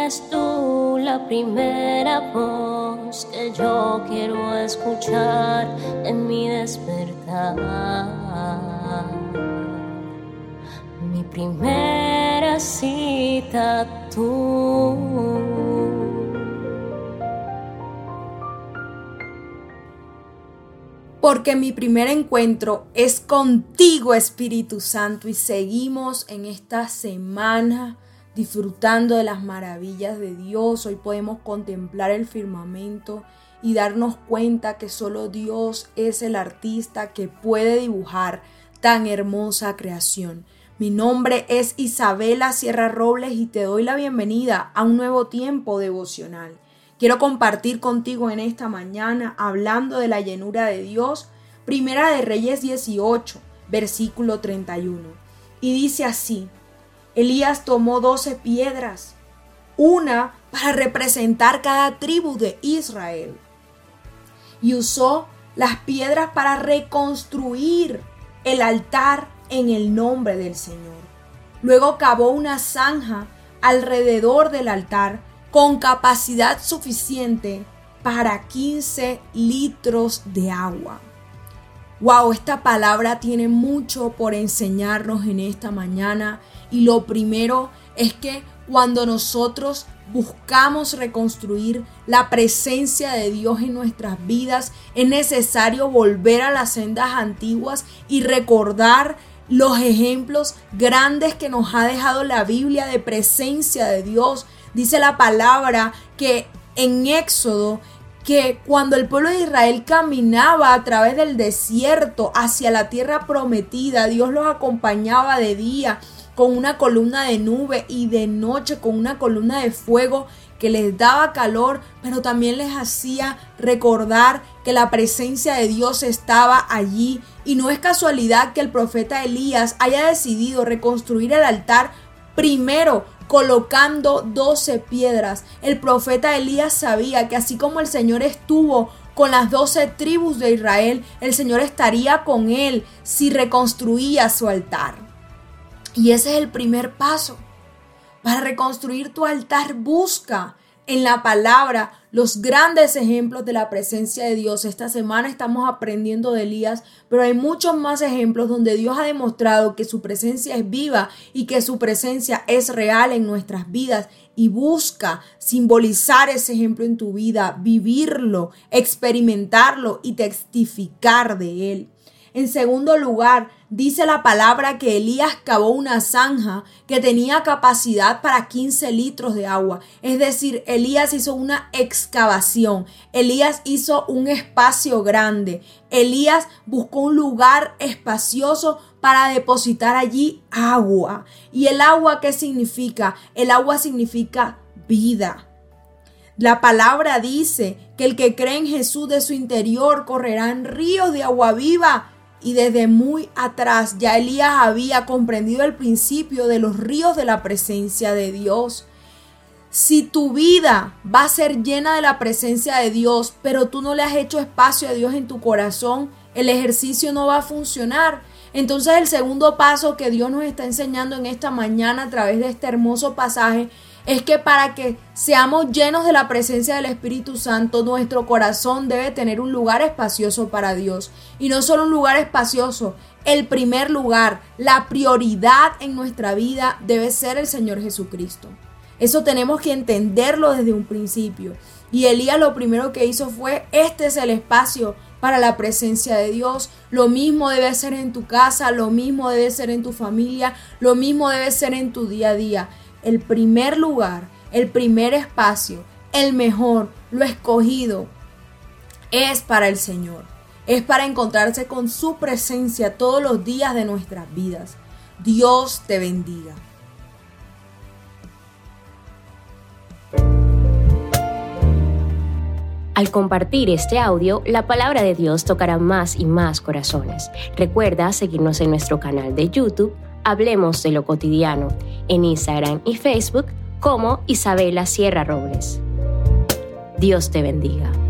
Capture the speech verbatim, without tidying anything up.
Eres tú la primera voz que yo quiero escuchar en mi despertar. Mi primera cita, tú. Porque mi primer encuentro es contigo, Espíritu Santo, y seguimos en esta semana disfrutando de las maravillas de Dios. Hoy podemos contemplar el firmamento y darnos cuenta que solo Dios es el artista que puede dibujar tan hermosa creación. Mi nombre es Isabela Sierra Robles y te doy la bienvenida a un nuevo tiempo devocional. Quiero compartir contigo en esta mañana, hablando de la llenura de Dios, Primera de Reyes dieciocho, versículo treinta y uno. Y dice así: Elías tomó doce piedras, una para representar cada tribu de Israel, y usó las piedras para reconstruir el altar en el nombre del Señor. Luego cavó una zanja alrededor del altar con capacidad suficiente para quince litros de agua. Wow, esta palabra tiene mucho por enseñarnos en esta mañana, y lo primero es que cuando nosotros buscamos reconstruir la presencia de Dios en nuestras vidas, es necesario volver a las sendas antiguas y recordar los ejemplos grandes que nos ha dejado la Biblia de presencia de Dios. Dice la palabra que en Éxodo, que cuando el pueblo de Israel caminaba a través del desierto hacia la tierra prometida, Dios los acompañaba de día con una columna de nube y de noche con una columna de fuego que les daba calor, pero también les hacía recordar que la presencia de Dios estaba allí. Y no es casualidad que el profeta Elías haya decidido reconstruir el altar primero colocando doce piedras. El profeta Elías sabía que así como el Señor estuvo con las doce tribus de Israel, el Señor estaría con él si reconstruía su altar. Y ese es el primer paso. Para reconstruir tu altar, busca en la palabra los grandes ejemplos de la presencia de Dios. Esta semana estamos aprendiendo de Elías, pero hay muchos más ejemplos donde Dios ha demostrado que su presencia es viva y que su presencia es real en nuestras vidas. Y busca simbolizar ese ejemplo en tu vida, vivirlo, experimentarlo y testificar de él. En segundo lugar, dice la palabra que Elías cavó una zanja que tenía capacidad para quince litros de agua. Es decir, Elías hizo una excavación. Elías hizo un espacio grande. Elías buscó un lugar espacioso para depositar allí agua. ¿Y el agua qué significa? El agua significa vida. La palabra dice que el que cree en Jesús, de su interior correrán ríos de agua viva. Y desde muy atrás ya Elías había comprendido el principio de los ríos de la presencia de Dios. Si tu vida va a ser llena de la presencia de Dios, pero tú no le has hecho espacio a Dios en tu corazón, el ejercicio no va a funcionar. Entonces el segundo paso que Dios nos está enseñando en esta mañana a través de este hermoso pasaje es que para que seamos llenos de la presencia del Espíritu Santo, nuestro corazón debe tener un lugar espacioso para Dios. Y no solo un lugar espacioso, el primer lugar, la prioridad en nuestra vida debe ser el Señor Jesucristo. Eso tenemos que entenderlo desde un principio. Y Elías lo primero que hizo fue: este es el espacio para la presencia de Dios. Lo mismo debe ser en tu casa, lo mismo debe ser en tu familia, lo mismo debe ser en tu día a día. El primer lugar, el primer espacio, el mejor, lo escogido es para el Señor. Es para encontrarse con su presencia todos los días de nuestras vidas. Dios te bendiga. Al compartir este audio, la palabra de Dios tocará más y más corazones. Recuerda seguirnos en nuestro canal de YouTube, Hablemos de lo Cotidiano, en Instagram y Facebook como Isabela Sierra Robles. Dios te bendiga.